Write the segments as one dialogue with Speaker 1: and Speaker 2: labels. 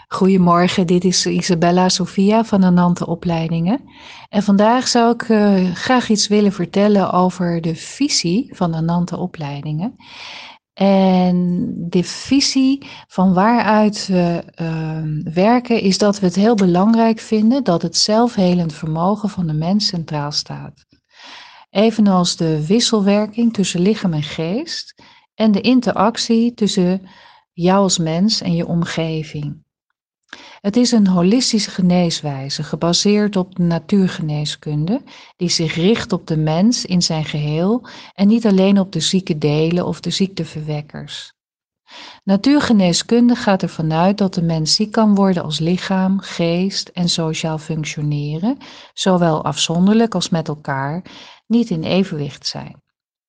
Speaker 1: Goedemorgen, dit is Isabella Sofia van Anante Opleidingen. En vandaag zou ik graag iets willen vertellen over de visie van Anante Opleidingen. En de visie van waaruit we werken is dat we het heel belangrijk vinden dat het zelfhelend vermogen van de mens centraal staat. Evenals de wisselwerking tussen lichaam en geest en de interactie tussen jou als mens en je omgeving. Het is een holistische geneeswijze gebaseerd op de natuurgeneeskunde, die zich richt op de mens in zijn geheel en niet alleen op de zieke delen of de ziekteverwekkers. Natuurgeneeskunde gaat ervan uit dat de mens ziek kan worden als lichaam, geest en sociaal functioneren, zowel afzonderlijk als met elkaar, niet in evenwicht zijn.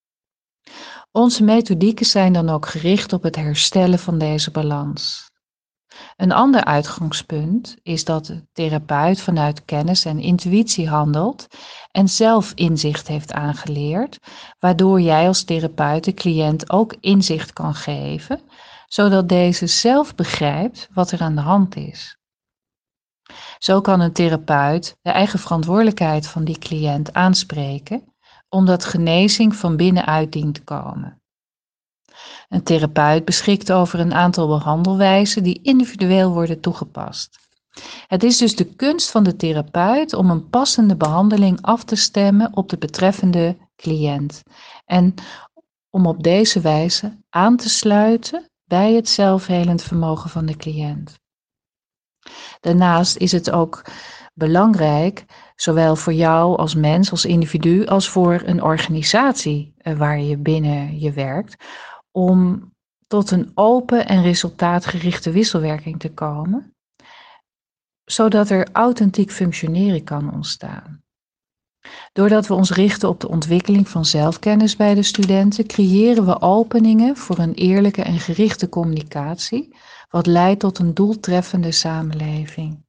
Speaker 1: Onze methodieken zijn dan ook gericht op het herstellen van deze balans. Een ander uitgangspunt is dat de therapeut vanuit kennis en intuïtie handelt en zelf inzicht heeft aangeleerd, waardoor jij als therapeut de cliënt ook inzicht kan geven, zodat deze zelf begrijpt wat er aan de hand is. Zo kan een therapeut de eigen verantwoordelijkheid van die cliënt aanspreken, omdat genezing van binnenuit dient te komen. Een therapeut beschikt over een aantal behandelwijzen die individueel worden toegepast. Het is dus de kunst van de therapeut om een passende behandeling af te stemmen op de betreffende cliënt en om op deze wijze aan te sluiten bij het zelfhelend vermogen van de cliënt. Daarnaast is het ook belangrijk, zowel voor jou als mens, als individu, als voor een organisatie waar je binnen je werkt, om tot een open en resultaatgerichte wisselwerking te komen, zodat er authentiek functioneren kan ontstaan. Doordat we ons richten op de ontwikkeling van zelfkennis bij de studenten, creëren we openingen voor een eerlijke en gerichte communicatie, wat leidt tot een doeltreffende samenleving.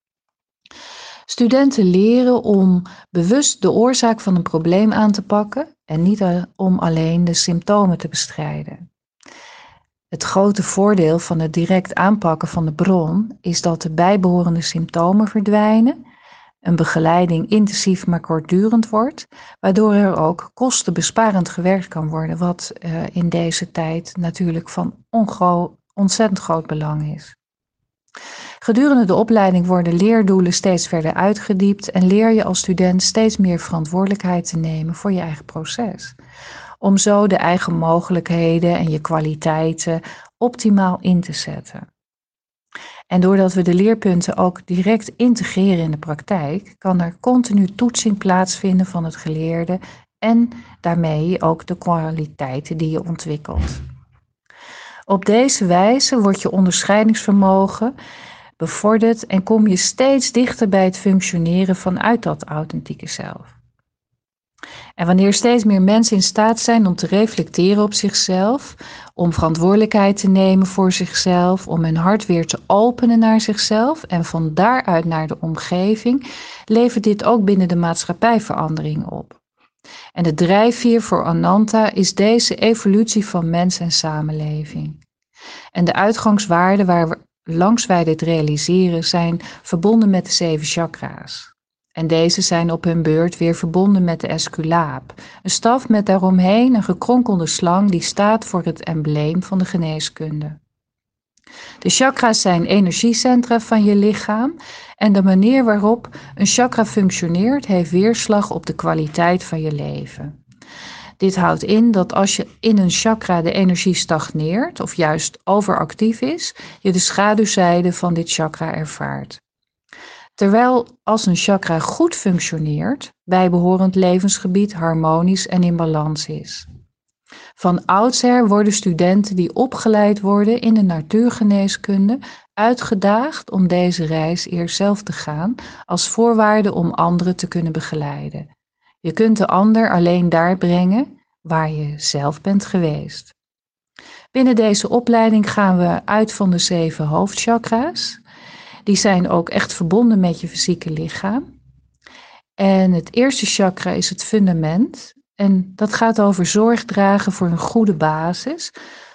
Speaker 1: Studenten leren om bewust de oorzaak van een probleem aan te pakken en niet om alleen de symptomen te bestrijden. Het grote voordeel van het direct aanpakken van de bron is dat de bijbehorende symptomen verdwijnen, een begeleiding intensief maar kortdurend wordt, waardoor er ook kostenbesparend gewerkt kan worden, wat in deze tijd natuurlijk van ontzettend groot belang is. Gedurende de opleiding worden leerdoelen steeds verder uitgediept en leer je als student steeds meer verantwoordelijkheid te nemen voor je eigen proces. Om zo de eigen mogelijkheden en je kwaliteiten optimaal in te zetten. En doordat we de leerpunten ook direct integreren in de praktijk, kan er continu toetsing plaatsvinden van het geleerde en daarmee ook de kwaliteiten die je ontwikkelt. Op deze wijze wordt je onderscheidingsvermogen bevorderd en kom je steeds dichter bij het functioneren vanuit dat authentieke zelf. En wanneer steeds meer mensen in staat zijn om te reflecteren op zichzelf, om verantwoordelijkheid te nemen voor zichzelf, om hun hart weer te openen naar zichzelf en van daaruit naar de omgeving, levert dit ook binnen de maatschappij verandering op. En de drijfveer voor Ananta is deze evolutie van mens en samenleving. En de uitgangswaarden langs wij dit realiseren zijn verbonden met de 7 chakra's. En deze zijn op hun beurt weer verbonden met de esculaap, een staf met daaromheen een gekronkelde slang die staat voor het embleem van de geneeskunde. De chakra's zijn energiecentra van je lichaam en de manier waarop een chakra functioneert heeft weerslag op de kwaliteit van je leven. Dit houdt in dat als je in een chakra de energie stagneert of juist overactief is, je de schaduwzijde van dit chakra ervaart. Terwijl als een chakra goed functioneert, bijbehorend levensgebied harmonisch en in balans is. Van oudsher worden studenten die opgeleid worden in de natuurgeneeskunde uitgedaagd om deze reis eerst zelf te gaan als voorwaarde om anderen te kunnen begeleiden. Je kunt de ander alleen daar brengen waar je zelf bent geweest. Binnen deze opleiding gaan we uit van de 7 hoofdchakra's. Die zijn ook echt verbonden met je fysieke lichaam. En het eerste chakra is het fundament. En dat gaat over zorg dragen voor een goede basis,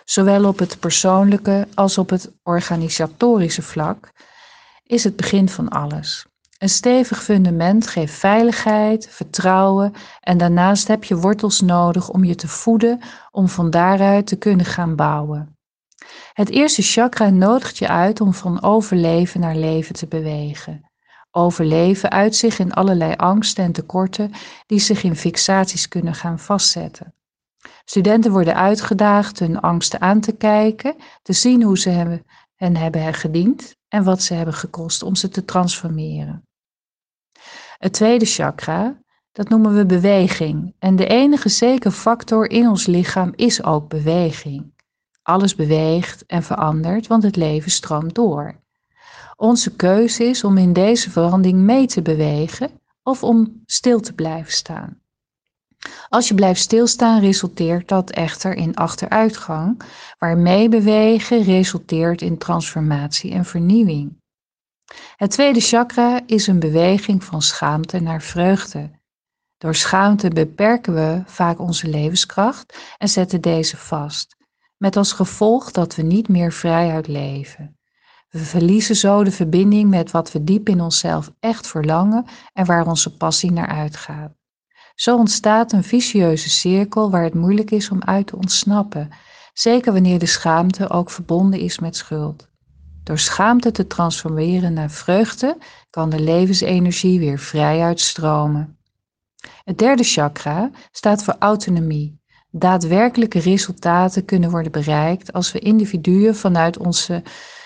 Speaker 1: Zowel op het persoonlijke als op het organisatorische vlak is het begin van alles. Een stevig fundament geeft veiligheid, vertrouwen en daarnaast heb je wortels nodig om je te voeden om van daaruit te kunnen gaan bouwen. Het eerste chakra nodigt je uit om van overleven naar leven te bewegen. Overleven uit zich in allerlei angsten en tekorten die zich in fixaties kunnen gaan vastzetten. Studenten worden uitgedaagd hun angsten aan te kijken, te zien hoe ze hen hebben gediend en wat ze hebben gekost om ze te transformeren. Het tweede chakra, dat noemen we beweging. En de enige zekere factor in ons lichaam is ook beweging. Alles beweegt en verandert, want het leven stroomt door. Onze keuze is om in deze verandering mee te bewegen of om stil te blijven staan. Als je blijft stilstaan, resulteert dat echter in achteruitgang, waar meebewegen resulteert in transformatie en vernieuwing. Het tweede chakra is een beweging van schaamte naar vreugde. Door schaamte beperken we vaak onze levenskracht en zetten deze vast, met als gevolg dat we niet meer vrijuit leven. We verliezen zo de verbinding met wat we diep in onszelf echt verlangen en waar onze passie naar uitgaat. Zo ontstaat een vicieuze cirkel waar het moeilijk is om uit te ontsnappen, zeker wanneer de schaamte ook verbonden is met schuld. Door schaamte te transformeren naar vreugde kan de levensenergie weer vrij uitstromen. Het derde chakra staat voor autonomie. Daadwerkelijke resultaten kunnen worden bereikt als we individuen vanuit onze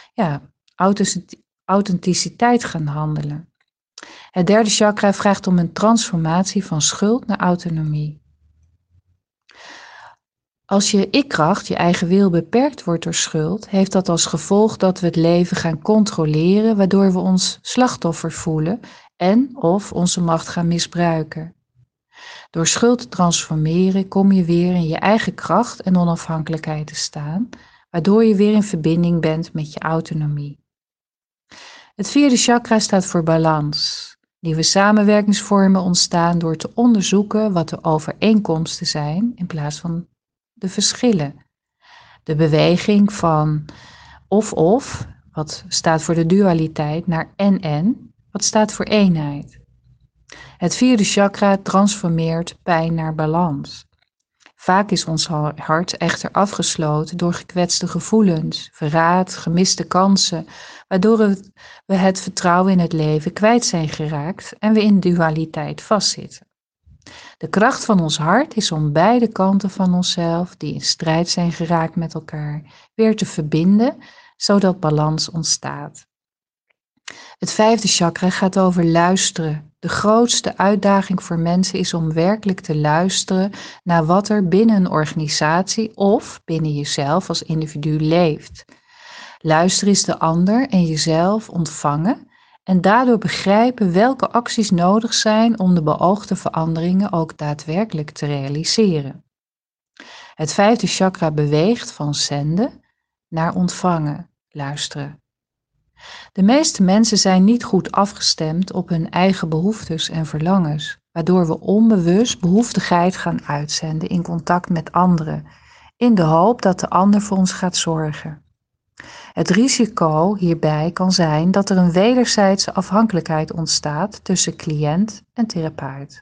Speaker 1: authenticiteit gaan handelen. Het derde chakra vraagt om een transformatie van schuld naar autonomie. Als je ik-kracht, je eigen wil, beperkt wordt door schuld, heeft dat als gevolg dat we het leven gaan controleren, waardoor we ons slachtoffer voelen en of onze macht gaan misbruiken. Door schuld te transformeren kom je weer in je eigen kracht en onafhankelijkheid te staan, waardoor je weer in verbinding bent met je autonomie. Het vierde chakra staat voor balans. Nieuwe samenwerkingsvormen ontstaan door te onderzoeken wat de overeenkomsten zijn in plaats van de verschillen. De beweging van of, wat staat voor de dualiteit, naar en, wat staat voor eenheid. Het vierde chakra transformeert pijn naar balans. Vaak is ons hart echter afgesloten door gekwetste gevoelens, verraad, gemiste kansen, waardoor we het vertrouwen in het leven kwijt zijn geraakt en we in dualiteit vastzitten. De kracht van ons hart is om beide kanten van onszelf, die in strijd zijn geraakt met elkaar, weer te verbinden, zodat balans ontstaat. Het vijfde chakra gaat over luisteren. De grootste uitdaging voor mensen is om werkelijk te luisteren naar wat er binnen een organisatie of binnen jezelf als individu leeft. Luisteren is de ander en jezelf ontvangen en daardoor begrijpen welke acties nodig zijn om de beoogde veranderingen ook daadwerkelijk te realiseren. Het vijfde chakra beweegt van zenden naar ontvangen, luisteren. De meeste mensen zijn niet goed afgestemd op hun eigen behoeftes en verlangens, waardoor we onbewust behoeftigheid gaan uitzenden in contact met anderen, in de hoop dat de ander voor ons gaat zorgen. Het risico hierbij kan zijn dat er een wederzijdse afhankelijkheid ontstaat tussen cliënt en therapeut.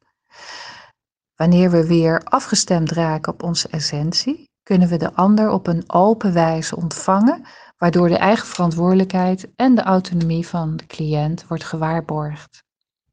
Speaker 1: Wanneer we weer afgestemd raken op onze essentie, kunnen we de ander op een open wijze ontvangen, waardoor de eigen verantwoordelijkheid en de autonomie van de cliënt wordt gewaarborgd.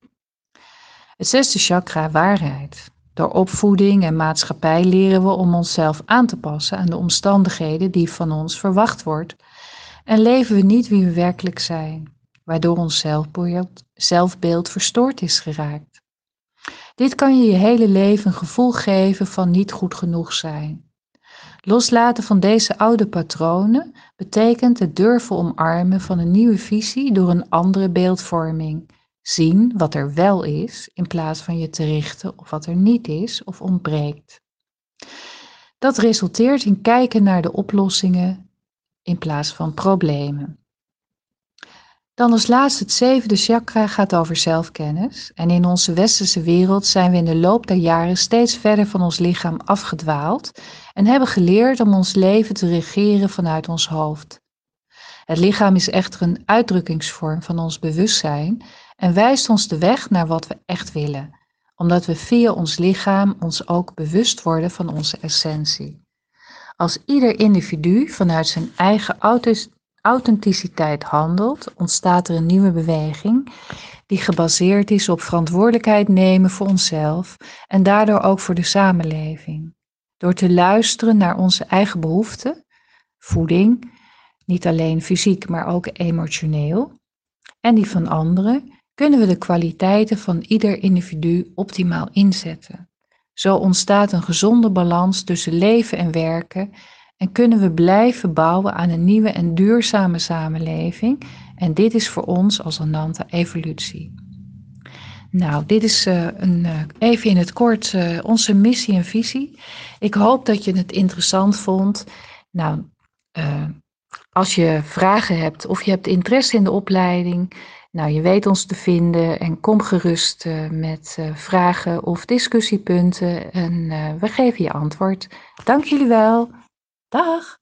Speaker 1: Het zesde chakra, waarheid. Door opvoeding en maatschappij leren we om onszelf aan te passen aan de omstandigheden die van ons verwacht wordt en leven we niet wie we werkelijk zijn, waardoor ons zelfbeeld verstoord is geraakt. Dit kan je je hele leven een gevoel geven van niet goed genoeg zijn. Loslaten van deze oude patronen betekent het durven omarmen van een nieuwe visie door een andere beeldvorming. Zien wat er wel is, in plaats van je te richten op wat er niet is of ontbreekt. Dat resulteert in kijken naar de oplossingen in plaats van problemen. Dan als laatste het zevende chakra gaat over zelfkennis. En in onze westerse wereld zijn we in de loop der jaren steeds verder van ons lichaam afgedwaald en hebben geleerd om ons leven te regeren vanuit ons hoofd. Het lichaam is echter een uitdrukkingsvorm van ons bewustzijn en wijst ons de weg naar wat we echt willen, omdat we via ons lichaam ons ook bewust worden van onze essentie. Als ieder individu vanuit zijn eigen authenticiteit handelt, ontstaat er een nieuwe beweging die gebaseerd is op verantwoordelijkheid nemen voor onszelf en daardoor ook voor de samenleving. Door te luisteren naar onze eigen behoeften, voeding, niet alleen fysiek, maar ook emotioneel, en die van anderen, kunnen we de kwaliteiten van ieder individu optimaal inzetten. Zo ontstaat een gezonde balans tussen leven en werken en kunnen we blijven bouwen aan een nieuwe en duurzame samenleving. En dit is voor ons als Ananta evolutie. Nou, dit is even in het kort onze missie en visie. Ik hoop dat je het interessant vond. Nou, als je vragen hebt of je hebt interesse in de opleiding, nou, je weet ons te vinden en kom gerust met vragen of discussiepunten en we geven je antwoord. Dank jullie wel. Dag!